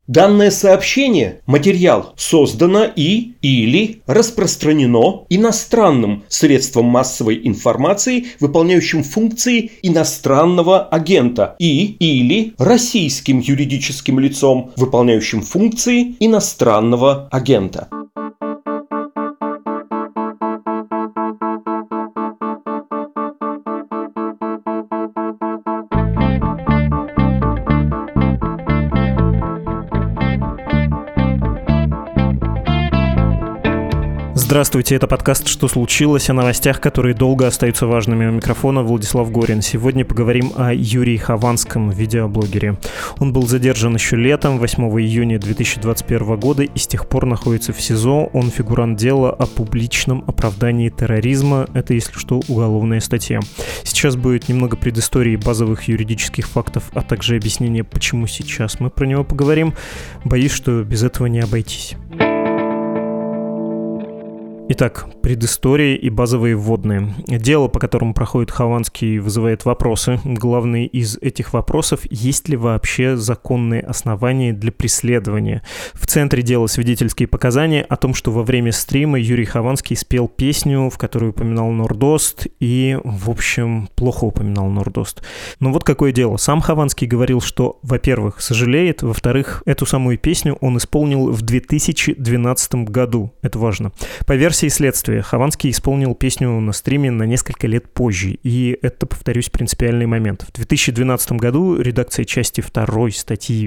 Данное сообщение, материал, создано или распространено иностранным средством массовой информации, выполняющим функции иностранного агента, или российским юридическим лицом, выполняющим функции иностранного агента. Здравствуйте, это подкаст «Что случилось?», о новостях, которые долго остаются важными. У микрофона Владислав Горин. Сегодня поговорим о Юрии Хованском, видеоблогере. Он был задержан еще летом, 8 июня 2021 года, и с тех пор находится в СИЗО. Он фигурант дела о публичном оправдании терроризма. Это, если что, уголовная статья. Сейчас будет немного предыстории базовых юридических фактов, а также объяснение, почему сейчас мы про него поговорим. Боюсь, что без этого не обойтись. Итак, предыстория и базовые вводные. Дело, по которому проходит Хованский, вызывает вопросы. Главный из этих вопросов: есть ли вообще законные основания для преследования? В центре дела свидетельские показания о том, что во время стрима Юрий Хованский спел песню, в которой упоминал Нордост, и, в общем, плохо упоминал Нордост. Но вот какое дело. Сам Хованский говорил, что, во-первых, сожалеет, во-вторых, эту самую песню он исполнил в 2012 году. Это важно. По версии следствия, Хованский исполнил песню на стриме на несколько лет позже, и это, повторюсь, принципиальный момент. В 2012 году редакция части 2 статьи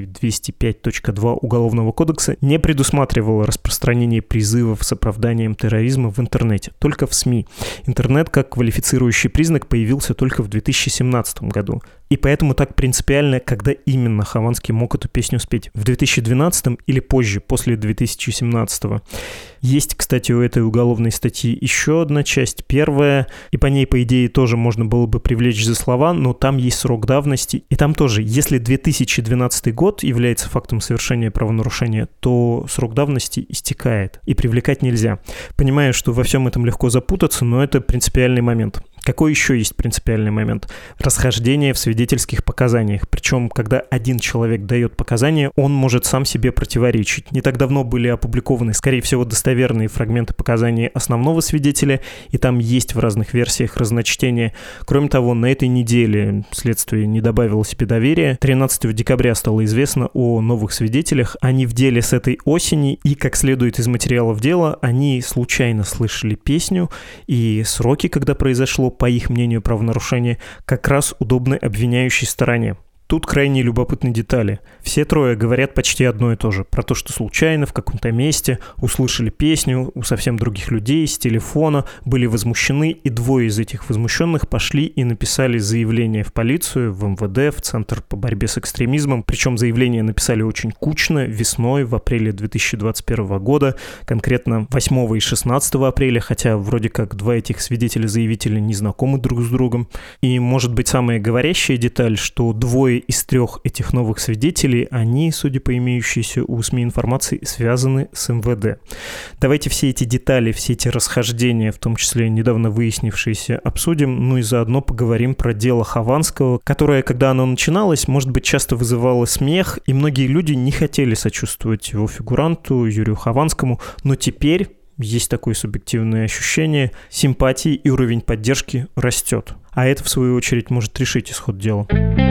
205.2 Уголовного кодекса не предусматривала распространение призывов с оправданием терроризма в интернете, только в СМИ. Интернет как квалифицирующий признак появился только в 2017 году. И поэтому так принципиально, когда именно Хованский мог эту песню спеть. В 2012 или позже, после 2017. Есть, кстати, у этой уголовной статьи еще одна часть, первая, и по ней, по идее, тоже можно было бы привлечь за слова, но там есть срок давности. И там тоже, если 2012 год является фактом совершения правонарушения, то срок давности истекает, и привлекать нельзя. Понимаю, что во всем этом легко запутаться, но это принципиальный момент. Какой еще есть принципиальный момент? Расхождение в свидетельских показаниях. Причем, когда один человек дает показания, он может сам себе противоречить. Не так давно были опубликованы, скорее всего, достоверные фрагменты показаний основного свидетеля, и там есть в разных версиях разночтения. Кроме того, на этой неделе следствие не добавило себе доверия. 13 декабря стало известно о новых свидетелях. Они в деле с этой осени, и, как следует из материалов дела, они случайно слышали песню, и сроки, когда произошло, по их мнению, правонарушение, как раз удобны обвиняющей стороне. Тут крайне любопытные детали. Все трое говорят почти одно и то же. Про то, что случайно в каком-то месте услышали песню у совсем других людей с телефона, были возмущены, и двое из этих возмущенных пошли и написали заявление в полицию, в МВД, в Центр по борьбе с экстремизмом. Причем заявление написали очень кучно, весной, в апреле 2021 года, конкретно 8 и 16 апреля, хотя вроде как два этих свидетеля-заявителя не знакомы друг с другом. И, может быть, самая говорящая деталь, что двое из трех этих новых свидетелей, они, судя по имеющейся у СМИ информации, связаны с МВД. Давайте все эти детали, все эти расхождения, в том числе недавно выяснившиеся, обсудим, ну и заодно поговорим про дело Хованского, которое, когда оно начиналось, может быть, часто вызывало смех, и многие люди не хотели сочувствовать его фигуранту, Юрию Хованскому, но теперь есть такое субъективное ощущение, симпатии и уровень поддержки растет. А это, в свою очередь, может решить исход дела.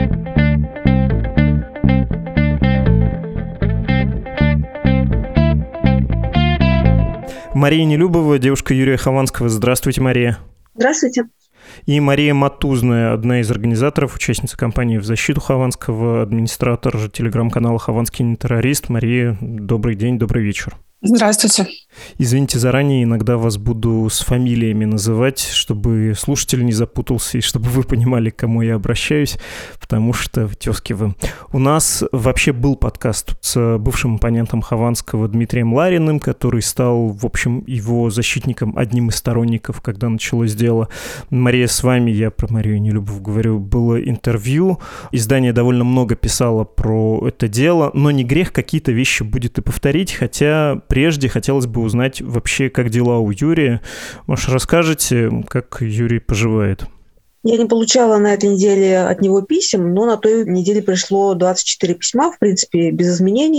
Мария Нелюбова, девушка Юрия Хованского. Здравствуйте, Мария. Здравствуйте. И Мария Матузная, одна из организаторов, участница кампании в защиту Хованского, администратор телеграм-канала «Хованский не террорист». Мария, добрый день, добрый вечер. Здравствуйте. Извините заранее, иногда вас буду с фамилиями называть, чтобы слушатель не запутался и чтобы вы понимали, к кому я обращаюсь, потому что тезки вы. У нас вообще был подкаст с бывшим оппонентом Хованского Дмитрием Лариным, который стал, в общем, его защитником, одним из сторонников, когда началось дело. Мария, с вами, я про Марию Нелюбову говорю, было интервью. Издание довольно много писало про это дело, но не грех какие-то вещи будет и повторить, хотя прежде хотелось бы узнать вообще, как дела у Юрия. Может, расскажете, как Юрий поживает? Я не получала на этой неделе от него писем, но на той неделе пришло 24 письма, в принципе, без изменений.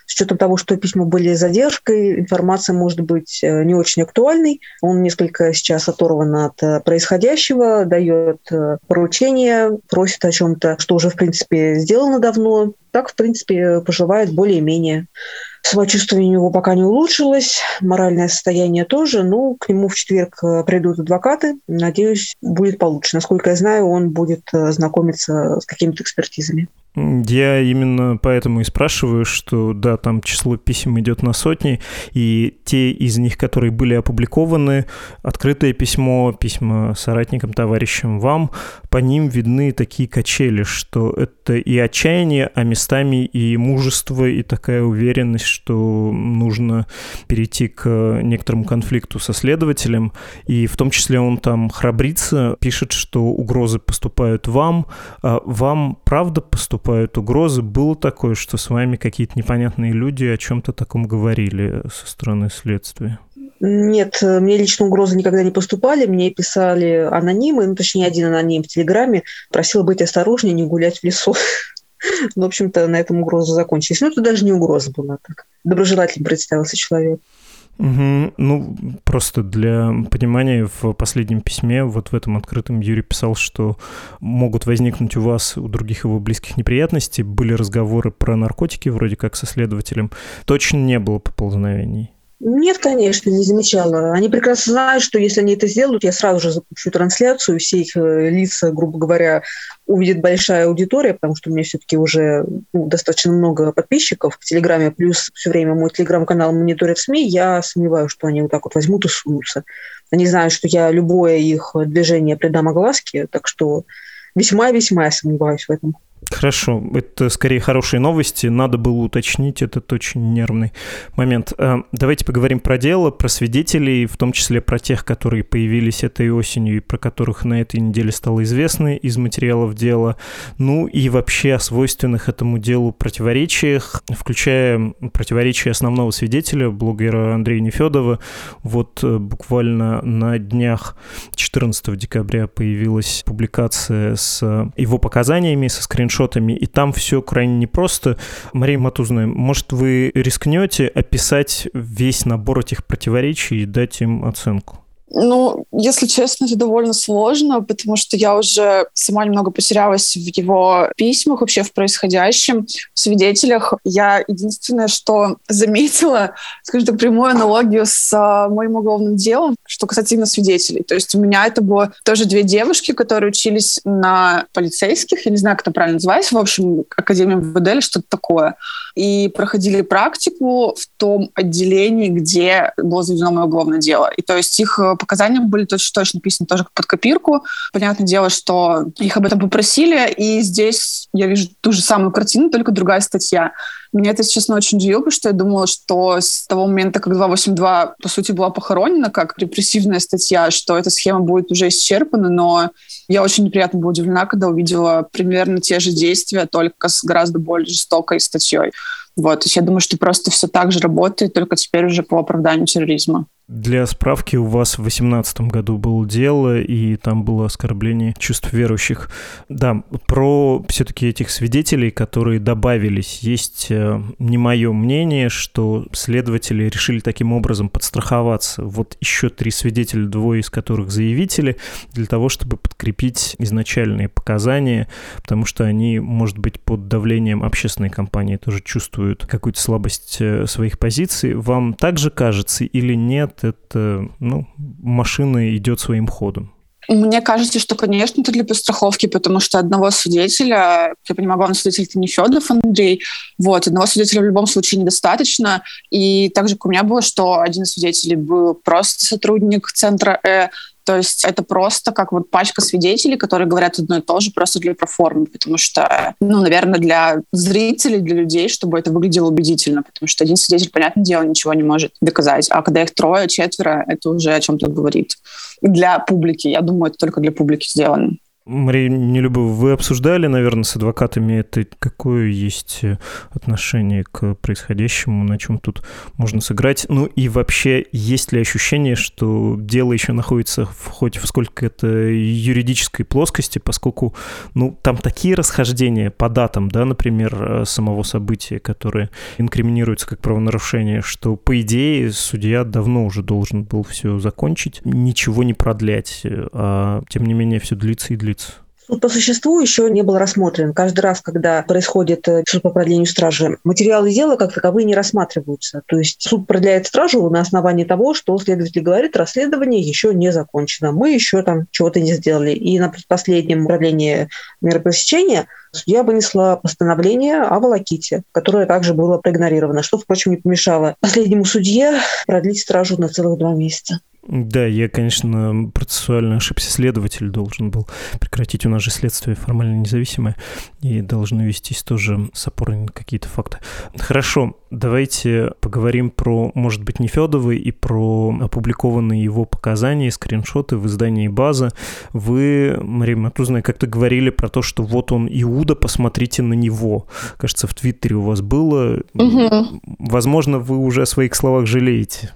с учетом того, что письма были с задержкой, информация может быть не очень актуальной. Он несколько сейчас оторван от происходящего, дает поручения, просит о чем-то, что уже, в принципе, сделано давно. Так, в принципе, поживает более-менее. Самочувствие у него пока не улучшилось, моральное состояние тоже, но к нему в четверг придут адвокаты. Надеюсь, будет получше. Насколько я знаю, он будет знакомиться с какими-то экспертизами. Я именно поэтому и спрашиваю, что да, там число писем идет на сотни, и те из них, которые были опубликованы, открытое письмо, письма соратникам, товарищам, вам, по ним видны такие качели, что это и отчаяние, а местами и мужество, и такая уверенность, что нужно перейти к некоторому конфликту со следователем, и в том числе он там храбрится, пишет, что угрозы поступают вам, а вам правда поступают угрозы. Было такое, что с вами какие-то непонятные люди о чем-то таком говорили со стороны следствия? Нет, мне лично угрозы никогда не поступали. Мне писали анонимы, точнее, один аноним в Телеграме, просил быть осторожнее, не гулять в лесу. В общем-то, на этом угрозы закончились. Но это даже не угроза была так. Доброжелательно представился человек. Угу. Ну, просто для понимания, в последнем письме, вот в этом открытом, Юрий писал, что могут возникнуть у вас, у других его близких неприятности. Были разговоры про наркотики, вроде как со следователем. Точно не было поползновений? Нет, конечно, не замечала. Они прекрасно знают, что если они это сделают, я сразу же запущу трансляцию, все их лица, грубо говоря, увидит большая аудитория, потому что у меня все-таки уже достаточно много подписчиков в Телеграме, плюс все время мой Телеграм-канал мониторят СМИ, я сомневаюсь, что они вот так вот возьмут и сунутся. Они знают, что я любое их движение придам огласке, так что весьма-весьма я сомневаюсь в этом. Хорошо, это скорее хорошие новости, надо было уточнить, этот очень нервный момент. Давайте поговорим про дело, про свидетелей, в том числе про тех, которые появились этой осенью и про которых на этой неделе стало известно из материалов дела, ну и вообще о свойственных этому делу противоречиях, включая противоречия основного свидетеля, блогера Андрея Нефёдова. Вот буквально на днях 14 декабря появилась публикация с его показаниями, со скриншотами, и там все крайне непросто. Мария Матузная, может, вы рискнете описать весь набор этих противоречий и дать им оценку? Ну, если честно, это довольно сложно, потому что я уже сама немного потерялась в его письмах, вообще в происходящем, в свидетелях. Я единственное, что заметила, скажем так, прямую аналогию с моим уголовным делом, что касается именно свидетелей. То есть у меня это было тоже две девушки, которые учились на полицейских, я не знаю, как это правильно называется, в общем, Академия МВД или что-то такое, и проходили практику в том отделении, где было заведено мое уголовное дело. И то есть их показания были точно написаны тоже под копирку. Понятное дело, что их об этом попросили, и здесь я вижу ту же самую картину, только другая статья. Меня это, честно, очень удивило, потому что я думала, что с того момента, как 282, по сути, была похоронена как репрессивная статья, что эта схема будет уже исчерпана, но я очень неприятно была удивлена, когда увидела примерно те же действия, только с гораздо более жестокой статьей. Вот, то есть я думаю, что просто все так же работает, только теперь уже по оправданию терроризма. Для справки, у вас в 2018 году было дело, и там было оскорбление чувств верующих. Да, про все-таки этих свидетелей, которые добавились, есть не мое мнение, что следователи решили таким образом подстраховаться. Вот еще 3 свидетеля, 2 из которых заявители, для того, чтобы подкрепить изначальные показания, потому что они, может быть, под давлением общественной кампании тоже чувствуют какую-то слабость своих позиций. Вам также кажется или нет? Это, машина идет своим ходом. Мне кажется, что, конечно, это для подстраховки, потому что одного свидетеля, я понимаю, главный свидетель — это Нефёдов Андрей, одного свидетеля в любом случае недостаточно. И также у меня было, что один из свидетелей был просто сотрудник центра То есть это просто как пачка свидетелей, которые говорят одно и то же просто для проформы, потому что, наверное, для зрителей, для людей, чтобы это выглядело убедительно, потому что один свидетель, понятное дело, ничего не может доказать, а когда их 3-4, это уже о чем-то говорит. Для публики, я думаю, это только для публики сделано. Мария Нелюбова, вы обсуждали, наверное, с адвокатами это, какое есть отношение к происходящему, на чем тут можно сыграть? Ну и вообще, есть ли ощущение, что дело еще находится хоть в сколько-то юридической плоскости, поскольку, там такие расхождения по датам, да, например, самого события, которые инкриминируются как правонарушение, что, по идее, судья давно уже должен был все закончить, ничего не продлять, а тем не менее все длится и длится. Суд по существу еще не был рассмотрен. Каждый раз, когда происходит суд по продлению стражи, материалы дела как таковые не рассматриваются. То есть суд продляет стражу на основании того, что следователь говорит, расследование еще не закончено. Мы еще там чего-то не сделали. И на последнем продлении меры пресечения судья вынесла постановление о волоките, которое также было проигнорировано, что, впрочем, не помешало последнему судье продлить стражу на целых 2 месяца. Да, я, конечно, процессуально ошибся. Следователь должен был прекратить. У нас же следствие формально независимое, и должны вестись тоже с опорой на какие-то факты. Хорошо, давайте поговорим про, может быть, Нефёдова и про опубликованные его показания, скриншоты в издании «База». Вы, Мария Матузная, как-то говорили про то, что вот он, Иуда, посмотрите на него. Кажется, в Твиттере у вас было. Возможно, вы уже о своих словах жалеете.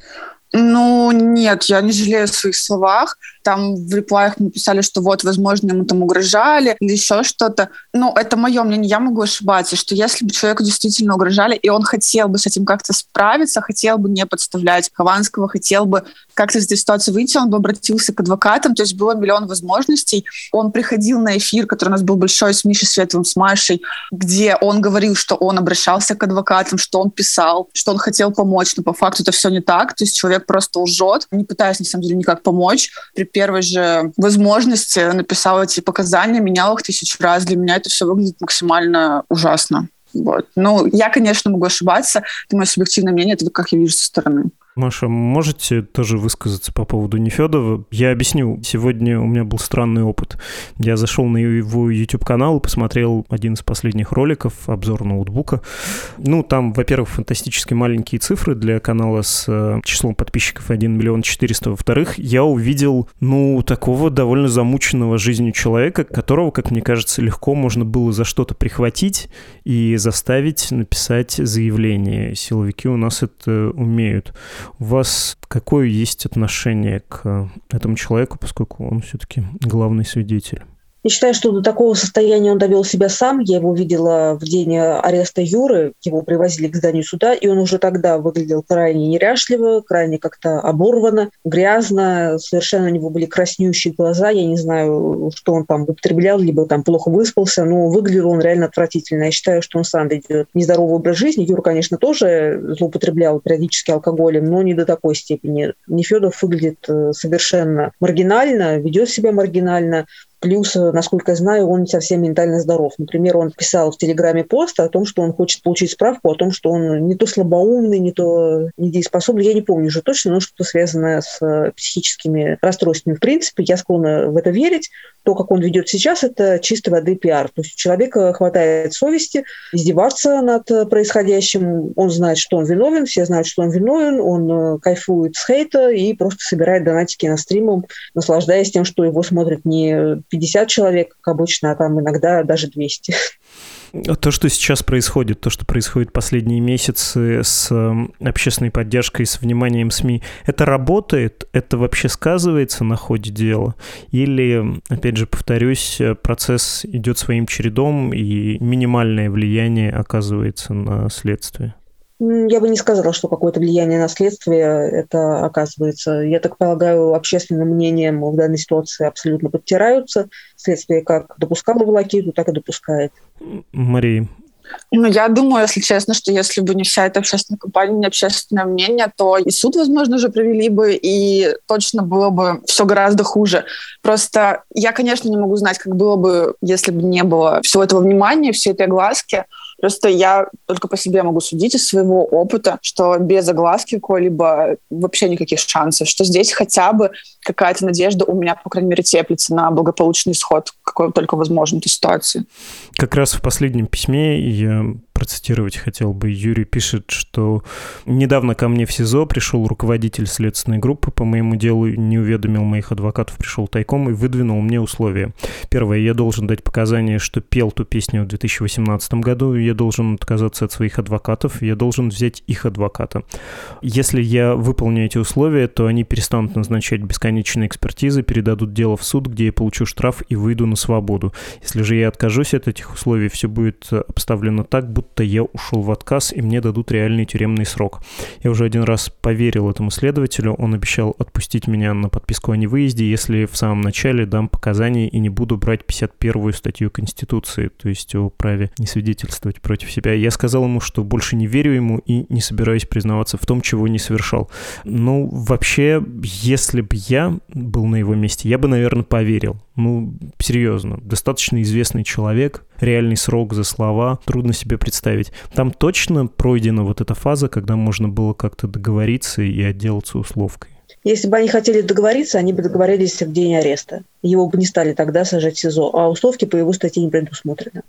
Нет, я не жалею о своих словах. Там в реплаях мы писали, что вот, возможно, ему там угрожали или еще что-то. Это мое мнение, я могу ошибаться, что если бы человеку действительно угрожали, и он хотел бы с этим как-то справиться, хотел бы не подставлять Хованского, хотел бы как-то из этой ситуации выйти, он бы обратился к адвокатам, то есть было миллион возможностей. Он приходил на эфир, который у нас был большой, с Мишей Светлым, с Машей, где он говорил, что он обращался к адвокатам, что он писал, что он хотел помочь, но по факту это все не так, то есть человек просто лжет, не пытаясь, на самом деле, никак помочь. При первой же возможности написал эти показания, менял их 1000 раз. Для меня это все выглядит максимально ужасно. Вот. Я, конечно, могу ошибаться. Это мое субъективное мнение, это как я вижу со стороны. Маша, можете тоже высказаться по поводу Нефёдова? Я объясню. Сегодня у меня был странный опыт. Я зашел на его YouTube-канал и посмотрел один из последних роликов, обзор ноутбука. Там, во-первых, фантастически маленькие цифры для канала с числом подписчиков 1 400 000. Во-вторых, я увидел, такого довольно замученного жизнью человека, которого, как мне кажется, легко можно было за что-то прихватить и заставить написать заявление. Силовики у нас это умеют. У вас какое есть отношение к этому человеку, поскольку он все-таки главный свидетель? Я считаю, что до такого состояния он довел себя сам. Я его видела в день ареста Юры. Его привозили к зданию суда, и он уже тогда выглядел крайне неряшливо, крайне как-то оборвано, грязно. Совершенно у него были краснеющие глаза. Я не знаю, что он там употреблял, либо там плохо выспался, но выглядел он реально отвратительно. Я считаю, что он сам ведет нездоровый образ жизни. Юра, конечно, тоже злоупотреблял периодически алкоголем, но не до такой степени. Нефёдов выглядит совершенно маргинально, ведет себя маргинально. Плюс, насколько я знаю, он не совсем ментально здоров. Например, он писал в Телеграме пост о том, что он хочет получить справку о том, что он не то слабоумный, не то недееспособный. Я не помню уже точно, но что-то связанное с психическими расстройствами. В принципе, я склонна в это верить. То, как он ведет сейчас, это чистой воды пиар. То есть у человека хватает совести издеваться над происходящим. Он знает, что он виновен, все знают, что он виновен. Он кайфует с хейта и просто собирает донатики на стримах, наслаждаясь тем, что его смотрят не 50 человек, как обычно, а там иногда даже 200. То, что сейчас происходит, то, что происходит последние месяцы с общественной поддержкой, с вниманием СМИ, это работает? Это вообще сказывается на ходе дела? Или, опять же, повторюсь, процесс идет своим чередом и минимальное влияние оказывается на следствие? Я бы не сказала, что какое-то влияние на следствие это оказывается. Я так полагаю, общественным мнением в данной ситуации абсолютно подтираются. Следствие как допускало волокиту, так и допускает. Мария. Я думаю, если честно, что если бы не вся эта общественная кампания, не общественное мнение, то и суд, возможно, уже провели бы, и точно было бы все гораздо хуже. Просто я, конечно, не могу знать, как было бы, если бы не было всего этого внимания, всей этой огласки. Просто я только по себе могу судить из своего опыта, что без огласки какой-либо вообще никаких шансов, что здесь хотя бы какая-то надежда у меня, по крайней мере, теплится на благополучный исход, какой только возможен этой ситуации. Как раз в последнем письме я процитировать хотел бы. Юрий пишет, что недавно ко мне в СИЗО пришел руководитель следственной группы по моему делу, не уведомил моих адвокатов, пришел тайком и выдвинул мне условия. Первое, я должен дать показания, что пел ту песню в 2018 году, я должен отказаться от своих адвокатов, я должен взять их адвоката. Если я выполню эти условия, то они перестанут назначать бесконечные экспертизы, передадут дело в суд, где я получу штраф и выйду на свободу. Если же я откажусь от этих условий, все будет обставлено так, будто я ушел в отказ, и мне дадут реальный тюремный срок. Я уже один раз поверил этому следователю, он обещал отпустить меня на подписку о невыезде, если в самом начале дам показания и не буду брать 51-ю статью Конституции, то есть о праве не свидетельствовать против себя. Я сказал ему, что больше не верю ему и не собираюсь признаваться в том, чего не совершал. Ну, вообще, если бы я был на его месте, я бы, наверное, поверил. Ну, серьезно, достаточно известный человек, реальный срок за слова, трудно себе представить. Там точно пройдена вот эта фаза, когда можно было как-то договориться и отделаться условкой. Если бы они хотели договориться, они бы договорились в день ареста. Его бы не стали тогда сажать в СИЗО, а условки по его статье не предусмотрены.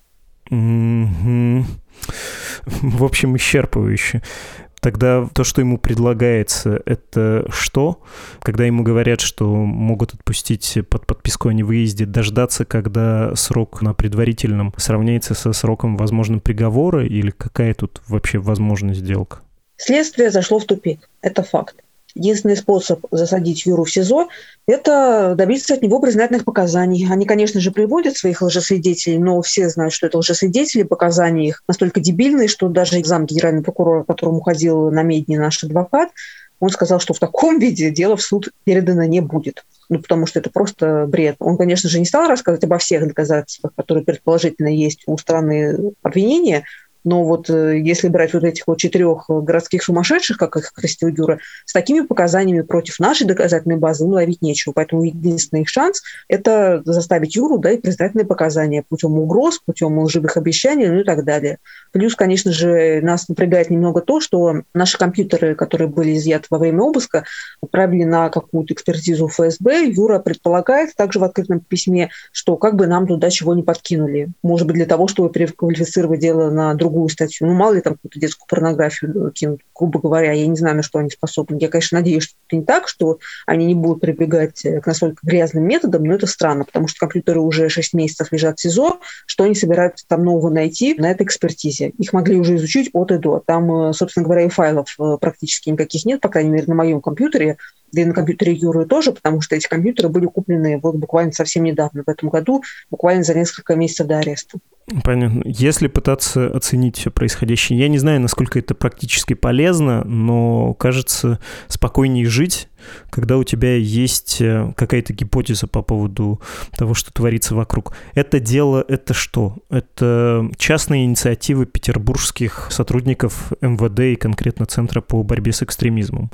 В общем, исчерпывающе. Тогда то, что ему предлагается, это что? Когда ему говорят, что могут отпустить под подписку о невыезде, дождаться, когда срок на предварительном сравняется со сроком возможным приговора, или какая тут вообще возможность сделка? Следствие зашло в тупик. Это факт. Единственный способ засадить Юру в СИЗО – это добиться от него признательных показаний. Они, конечно же, приводят своих лжесвидетелей, но все знают, что это лжесвидетели. Показания их настолько дебильные, что даже зам генерального прокурора, к которому ходил на медне наш адвокат, он сказал, что в таком виде дело в суд передано не будет. Ну, потому что это просто бред. Он, конечно же, не стал рассказывать обо всех доказательствах, которые предположительно есть у стороны обвинения, но вот если брать вот этих вот 4 городских сумасшедших, как их крестил Юра, с такими показаниями против нашей доказательной базы ловить нечего. Поэтому единственный их шанс – это заставить Юру дать признательные показания путем угроз, путем лживых обещаний, ну и так далее. Плюс, конечно же, нас напрягает немного то, что наши компьютеры, которые были изъяты во время обыска, отправили на какую-то экспертизу ФСБ. Юра предполагает также в открытом письме, что как бы нам туда чего не подкинули. Может быть, для того, чтобы переквалифицировать дело на другую статью. Ну, мало ли там какую-то детскую порнографию кинут, грубо говоря. Я не знаю, на что они способны. Я, конечно, надеюсь, что это не так, что они не будут прибегать к настолько грязным методам, но это странно, потому что компьютеры уже 6 месяцев лежат в СИЗО. Что они собираются там нового найти на этой экспертизе? Их могли уже изучить от и до. Там, собственно говоря, и файлов практически никаких нет, по крайней мере, на моем компьютере, да и на компьютере Юры тоже, потому что эти компьютеры были куплены вот буквально совсем недавно, в этом году, буквально за несколько месяцев до ареста. Понятно. Если пытаться оценить все происходящее, я не знаю, насколько это практически полезно, но кажется спокойнее жить, когда у тебя есть какая-то гипотеза по поводу того, что творится вокруг. Это дело, это что? Это частные инициативы петербургских сотрудников МВД и конкретно Центра по борьбе с экстремизмом.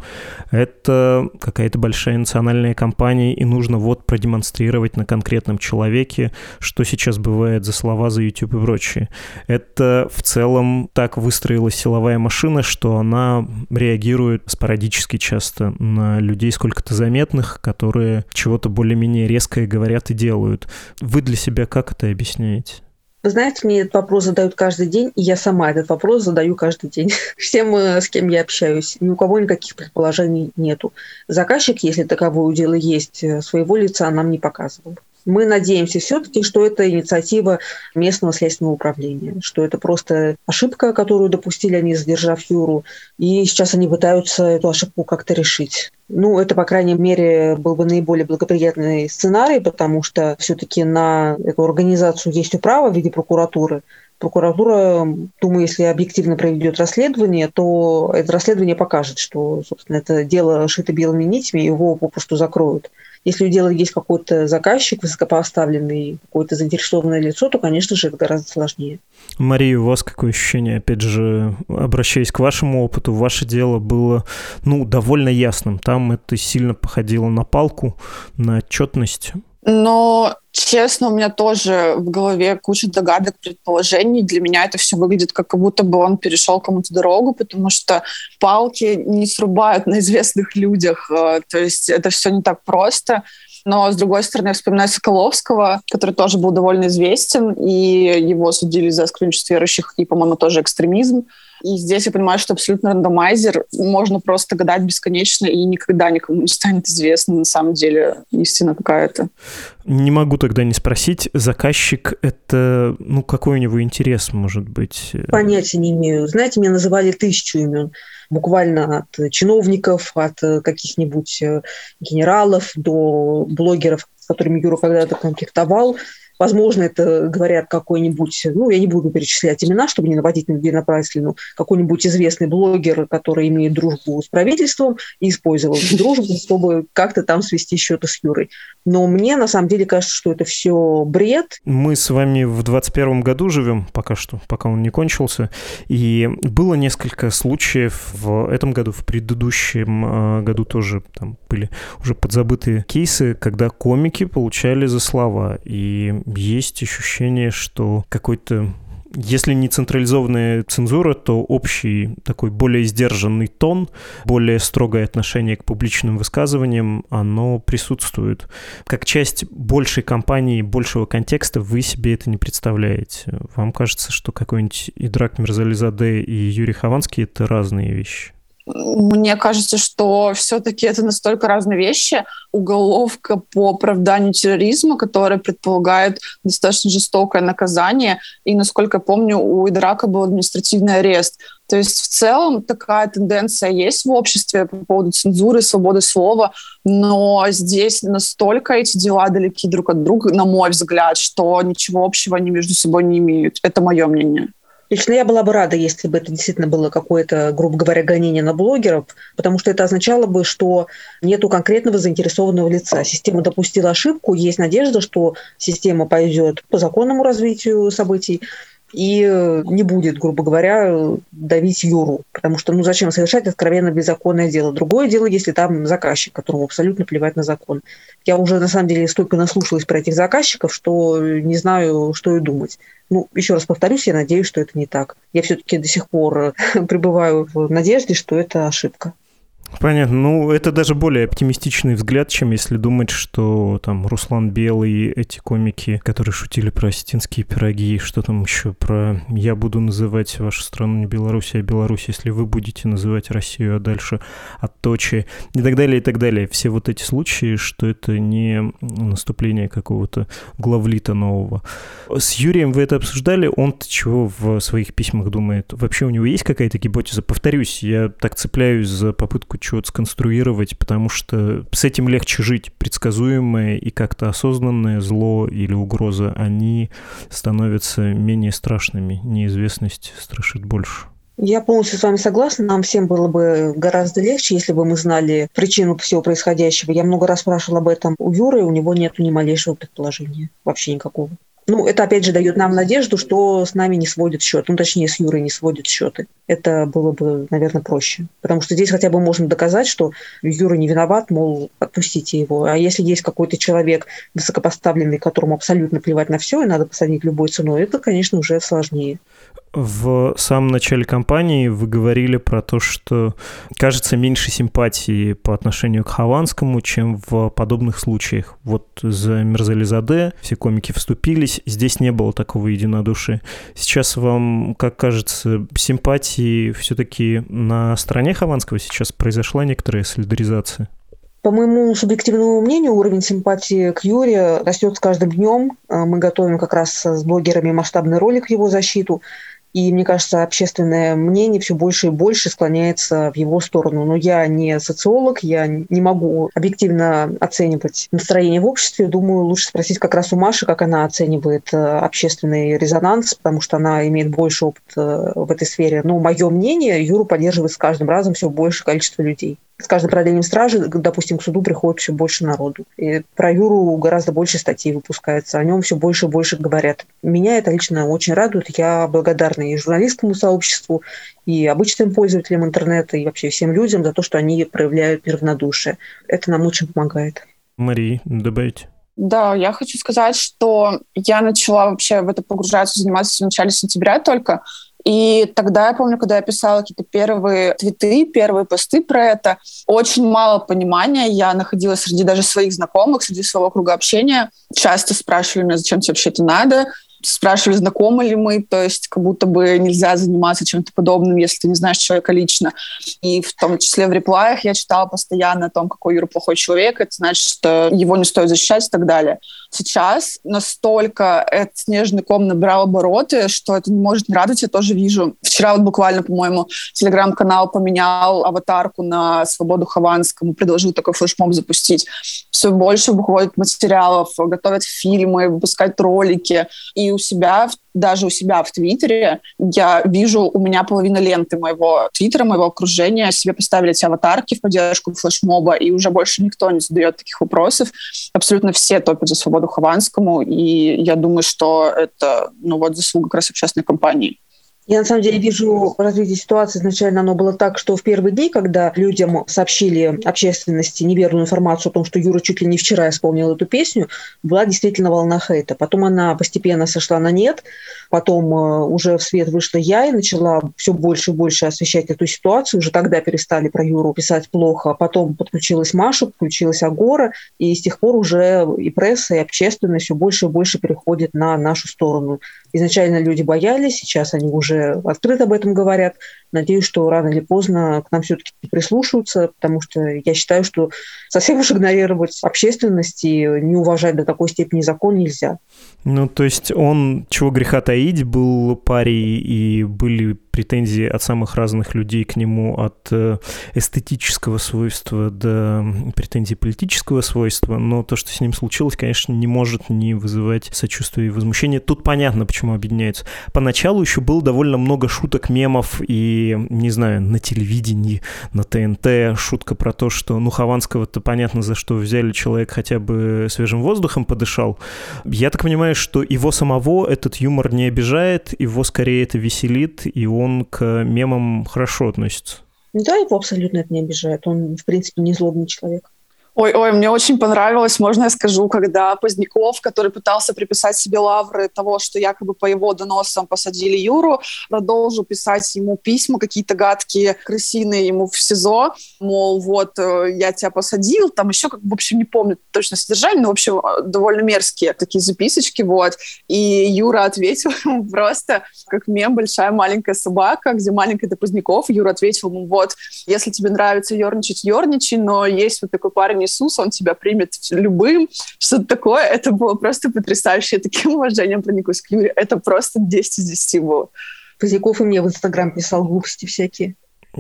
Это какая-то большая национальная кампания, и нужно вот продемонстрировать на конкретном человеке, что сейчас бывает за слова, за YouTube и прочее. Это в целом так выстроилась силовая машина, что она реагирует спорадически часто на людей сколько-то заметных, которые чего-то более-менее резкое говорят и делают. Вы для себя как это объясняете? Вы знаете, мне этот вопрос задают каждый день, и я сама этот вопрос задаю каждый день. Всем, с кем я общаюсь, ни у кого никаких предположений нету. Заказчик, если таковое у дела есть, своего лица нам не показывал. Мы надеемся все-таки, что это инициатива местного следственного управления, что это просто ошибка, которую допустили они, задержав Юру, и сейчас они пытаются эту ошибку как-то решить. Ну, это, по крайней мере, был бы наиболее благоприятный сценарий, потому что все-таки на эту организацию есть управа в виде прокуратуры. Прокуратура, думаю, если объективно проведет расследование, то это расследование покажет, что, собственно, это дело шито белыми нитями, его попросту закроют. Если у дела есть какой-то заказчик высокопоставленный, какое-то заинтересованное лицо, то, конечно же, это гораздо сложнее. Мария, у вас какое ощущение? Опять же, обращаясь к вашему опыту, ваше дело было, довольно ясным. Там это сильно походило на палку, на отчетность. Но, честно, у меня тоже в голове куча догадок, предположений. Для меня это все выглядит, как будто бы он перешел кому-то дорогу, потому что палки не срубают на известных людях. То есть это все не так просто. Но, с другой стороны, я вспоминаю Соколовского, который тоже был довольно известен, и его судили за оскверничество верующих и, по-моему, тоже экстремизм. И здесь я понимаю, что абсолютно рандомайзер. Можно просто гадать бесконечно, и никогда никому не станет известно на самом деле истина какая-то. Не могу тогда не спросить, заказчик — это, какой у него интерес может быть? Понятия не имею. Знаете, меня называли 1000 имен. Буквально от чиновников, от каких-нибудь генералов до блогеров, с которыми Юра когда-то конфликтовал. Возможно, это говорят какой-нибудь, я не буду перечислять имена, чтобы не наводить на людей на праздник, какой-нибудь известный блогер, который имеет дружбу с правительством и использовал эту дружбу, чтобы как-то там свести счеты с Юрой. Но мне на самом деле кажется, что это все бред. Мы с вами в 2021 году живем пока что, пока он не кончился. И было несколько случаев в этом году, в предыдущем году тоже там были уже подзабытые кейсы, когда комики получали за слова. И есть ощущение, что какой-то, если не централизованная цензура, то общий такой более сдержанный тон, более строгое отношение к публичным высказываниям, оно присутствует. Как часть большей кампании, большего контекста вы себе это не представляете. Вам кажется, что какой-нибудь Идрак Мирзализаде и Юрий Хованский — это разные вещи? Мне кажется, что все-таки это настолько разные вещи. Уголовка по оправданию терроризма, которая предполагает достаточно жестокое наказание. И, насколько я помню, у Идрака был административный арест. То есть в целом такая тенденция есть в обществе по поводу цензуры, свободы слова. Но здесь настолько эти дела далеки друг от друга, на мой взгляд, что ничего общего они между собой не имеют. Это мое мнение. Лично я была бы рада, если бы это действительно было какое-то, грубо говоря, гонение на блогеров, потому что это означало бы, что нету конкретного заинтересованного лица. Система допустила ошибку, есть надежда, что система пойдет по законному развитию событий и не будет, грубо говоря, давить Юру. Потому что зачем совершать откровенно беззаконное дело? Другое дело, если там заказчик, которому абсолютно плевать на закон. Я уже, на самом деле, столько наслушалась про этих заказчиков, что не знаю, что и думать. Еще раз повторюсь, я надеюсь, что это не так. Я все-таки до сих пор пребываю в надежде, что это ошибка. Понятно. Это даже более оптимистичный взгляд, чем если думать, что там Руслан Белый, эти комики, которые шутили про осетинские пироги, что там еще про «я буду называть вашу страну не Беларусь, а Беларусь, если вы будете называть Россию, а дальше отточи», и так далее, и так далее. Все вот эти случаи, что это не наступление какого-то главлита нового. С Юрием вы это обсуждали? Он-то чего в своих письмах думает? Вообще у него есть какая-то гипотеза? Повторюсь, я так цепляюсь за попытку чего-то сконструировать, потому что с этим легче жить. Предсказуемое и как-то осознанное зло или угроза, они становятся менее страшными. Неизвестность страшит больше. Я полностью с вами согласна. Нам всем было бы гораздо легче, если бы мы знали причину всего происходящего. Я много раз спрашивала об этом у Юры, у него нет ни малейшего предположения. Вообще никакого. Это, опять же, дает нам надежду, что с нами не сводят счет. Точнее, с Юрой не сводят счеты. Это было бы, наверное, проще. Потому что здесь хотя бы можно доказать, что Юра не виноват, мол, отпустите его. А если есть какой-то человек высокопоставленный, которому абсолютно плевать на все, и надо посадить любой ценой, это, конечно, уже сложнее. В самом начале кампании вы говорили про то, что кажется меньше симпатии по отношению к Хованскому, чем в подобных случаях. Вот за Мирзализаде все комики вступились, здесь не было такого единодушия. Сейчас вам, как кажется, симпатии все-таки на стороне Хованского сейчас произошла некоторая солидаризация? По моему субъективному мнению, уровень симпатии к Юре растет с каждым днем. Мы готовим как раз с блогерами масштабный ролик в его защиту. И, мне кажется, общественное мнение все больше и больше склоняется в его сторону. Но я не социолог, я не могу объективно оценивать настроение в обществе. Думаю, лучше спросить как раз у Маши, как она оценивает общественный резонанс, потому что она имеет больше опыта в этой сфере. Но мое мнение, Юру поддерживает с каждым разом все большее количество людей. С каждым продлением стражи, допустим, к суду приходит все больше народу. И про Юру гораздо больше статей выпускается, о нем все больше и больше говорят. Меня это лично очень радует. Я благодарна и журналистскому сообществу, и обычным пользователям интернета, и вообще всем людям за то, что они проявляют неравнодушие. Это нам очень помогает. Мария, добавить? Да, я хочу сказать, что я начала вообще в это погружаться, заниматься в начале сентября только. И тогда я помню, когда я писала какие-то первые твиты, первые посты про это, очень мало понимания. Я находилась среди даже своих знакомых, среди своего круга общения. Часто спрашивали меня, зачем тебе вообще это надо. Спрашивали, знакомы ли мы, то есть как будто бы нельзя заниматься чем-то подобным, если ты не знаешь человека лично. И в том числе в реплаях я читала постоянно о том, какой Юра плохой человек, это значит, что его не стоит защищать и так далее. Сейчас настолько этот снежный ком набрал обороты, что это не может не радовать, я тоже вижу. Вчера вот буквально, по-моему, телеграм-канал поменял аватарку на Свободу Хованскому, предложил такой флешмоб запустить. Все больше выходит материалов, готовят фильмы, выпускают ролики. И даже у себя в Твиттере я вижу, у меня половина ленты моего Твиттера, моего окружения себе поставили эти аватарки в поддержку флешмоба, и уже больше никто не задает таких вопросов. Абсолютно все топят за Свободу Хованскому, и я думаю, что это заслуга как раз общественной кампании. Я, на самом деле, вижу развитие ситуации. Изначально оно было так, что в первые дни, когда людям сообщили общественности неверную информацию о том, что Юра чуть ли не вчера исполнил эту песню, была действительно волна хейта. Потом она постепенно сошла на нет. Потом уже в свет вышла я и начала все больше и больше освещать эту ситуацию. Уже тогда перестали про Юру писать плохо. Потом подключилась Маша, подключилась Агора. И с тех пор уже и пресса, и общественность все больше и больше переходит на нашу сторону. Изначально люди боялись, сейчас они уже открыто об этом говорят. Надеюсь, что рано или поздно к нам все-таки прислушаются, потому что я считаю, что совсем уж игнорировать общественность и не уважать до такой степени закон нельзя. То есть он, чего греха таить, был парией, и были претензии от самых разных людей к нему, от эстетического свойства до претензий политического свойства, но то, что с ним случилось, конечно, не может не вызывать сочувствия и возмущения. Тут понятно, почему объединяются. Поначалу еще было довольно много шуток, мемов, и, не знаю, на телевидении, на ТНТ, шутка про то, что, Хованского-то понятно, за что взяли, человек хотя бы свежим воздухом подышал. Я так понимаю, что его самого этот юмор не обижает, его скорее это веселит, и он к мемам хорошо относится. Да, его абсолютно это не обижает. Он, в принципе, не злобный человек. Ой, мне очень понравилось, можно я скажу, когда Поздняков, который пытался приписать себе лавры того, что якобы по его доносам посадили Юру, продолжил писать ему письма какие-то гадкие, крысиные ему в СИЗО, мол, вот, я тебя посадил, там еще, в общем, не помню точно содержание, но, в общем, довольно мерзкие такие записочки, вот. И Юра ответил ему просто, как мем «Большая маленькая собака», где маленький это Поздняков. Юра ответил ему, вот, если тебе нравится ерничать, ерничай, но есть вот такой парень Иисус, он тебя примет любым, что-то такое. Это было просто потрясающе. Я таким уважением прониклась к Юре. Это просто 10 из 10 было. Поздняков и мне в Инстаграм писал глупости всякие.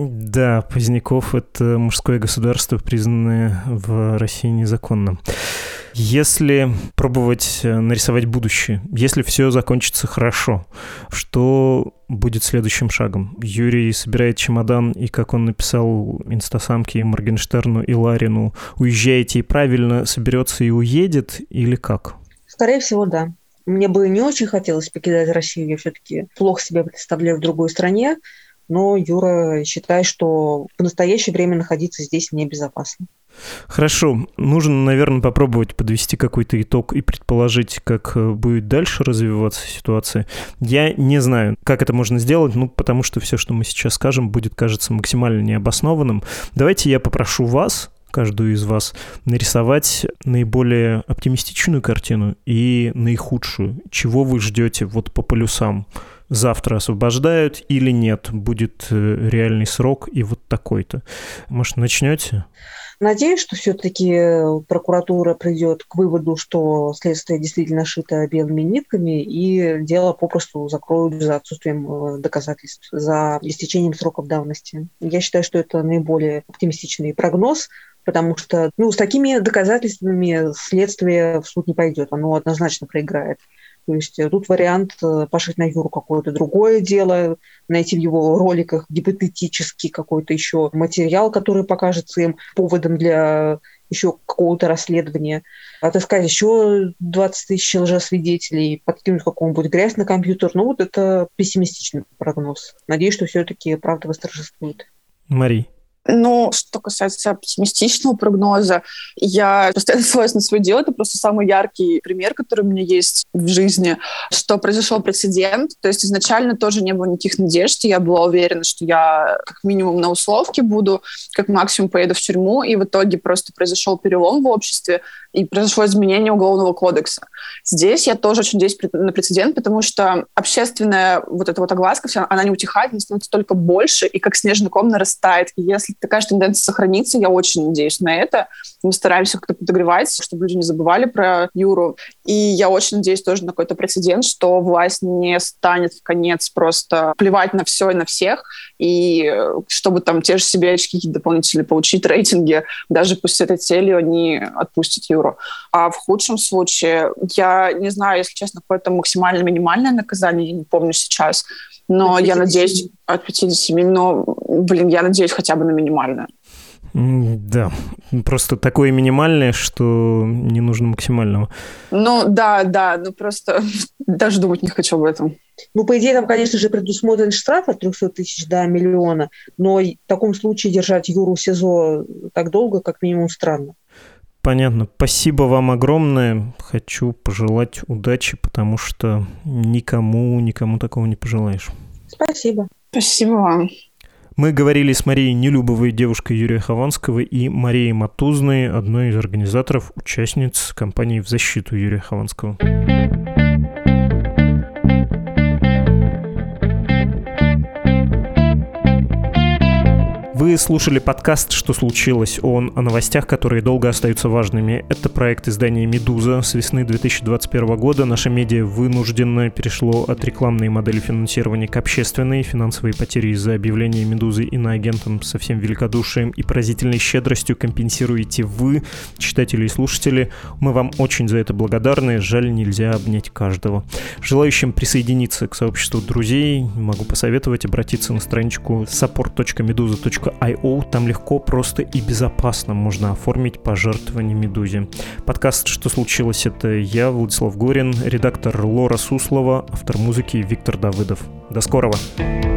Да, Поздняков — это мужское государство, признанное в России незаконным. Если пробовать нарисовать будущее, если все закончится хорошо, что будет следующим шагом? Юрий собирает чемодан, и, как он написал инстасамке, Моргенштерну и Ларину, уезжаете и правильно, соберется и уедет, или как? Скорее всего, да. Мне бы не очень хотелось покидать Россию, я все-таки плохо себя представляю в другой стране, но Юра считает, что в настоящее время находиться здесь небезопасно. Хорошо. Нужно, наверное, попробовать подвести какой-то итог и предположить, как будет дальше развиваться ситуация. Я не знаю, как это можно сделать, потому что все, что мы сейчас скажем, будет, кажется, максимально необоснованным. Давайте я попрошу вас, каждую из вас, нарисовать наиболее оптимистичную картину и наихудшую. Чего вы ждете вот по полюсам? Завтра освобождают или нет? Будет реальный срок и вот такой-то. Может, начнете? Надеюсь, что все-таки прокуратура придет к выводу, что следствие действительно шито белыми нитками, и дело попросту закроют за отсутствием доказательств, за истечением сроков давности. Я считаю, что это наиболее оптимистичный прогноз, потому что с такими доказательствами следствие в суд не пойдет, оно однозначно проиграет. То есть тут вариант пошить на Юру какое-то другое дело, найти в его роликах гипотетический какой-то еще материал, который покажется им поводом для еще какого-то расследования, отыскать еще 20 тысяч лжесвидетелей, подкинуть какую-нибудь грязь на компьютер. Это пессимистичный прогноз. Надеюсь, что все-таки правда восторжествует. Мария. Ну, что касается оптимистичного прогноза, я постоянно ссылаюсь на свое дело. Это просто самый яркий пример, который у меня есть в жизни, что произошел прецедент. То есть изначально тоже не было никаких надежд. Я была уверена, что я как минимум на условке буду, как максимум поеду в тюрьму. И в итоге просто произошел перелом в обществе и произошло изменение Уголовного кодекса. Здесь я тоже очень надеюсь на прецедент, потому что общественная вот эта вот огласка, вся, она не утихает, она становится только больше и как снежный ком нарастает. И если такая же тенденция сохранится, я очень надеюсь на это. Мы стараемся как-то подогревать, чтобы люди не забывали про Юру. И я очень надеюсь тоже на какой-то прецедент, что власть не станет в конец просто плевать на все и на всех, и чтобы там те же себе очки дополнительные получить, рейтинги, даже пусть с этой целью они отпустят Юру. А в худшем случае, я не знаю, если честно, какое-то максимально минимальное наказание, я не помню сейчас, но я надеюсь, от 57, но, я надеюсь хотя бы на минимальное. Да, просто такое минимальное, что не нужно максимального. Да, просто даже думать не хочу об этом. По идее, там, конечно же, предусмотрен штраф от 300 тысяч до 1 миллиона, но в таком случае держать Юру в СИЗО так долго, как минимум, странно. Понятно. Спасибо вам огромное. Хочу пожелать удачи, потому что никому такого не пожелаешь. Спасибо. Спасибо вам. Мы говорили с Марией Нелюбовой, девушкой Юрия Хованского, и Марией Матузной, одной из организаторов, участниц кампании в защиту Юрия Хованского. Вы слушали подкаст «Что случилось?». Он о новостях, которые долго остаются важными. Это проект издания «Медуза». С весны 2021 года наше медиа вынужденно перешло от рекламной модели финансирования к общественной. Финансовые потери из-за объявления «Медузы» иноагентом со всем великодушием и поразительной щедростью компенсируете вы, читатели и слушатели. Мы вам очень за это благодарны. Жаль, нельзя обнять каждого. Желающим присоединиться к сообществу друзей могу посоветовать обратиться на страничку support.meduza.io. Там легко, просто и безопасно можно оформить пожертвование «Медузе». Подкаст «Что случилось?» — это я, Владислав Горин, редактор Лора Суслова, автор музыки Виктор Давыдов. До скорого!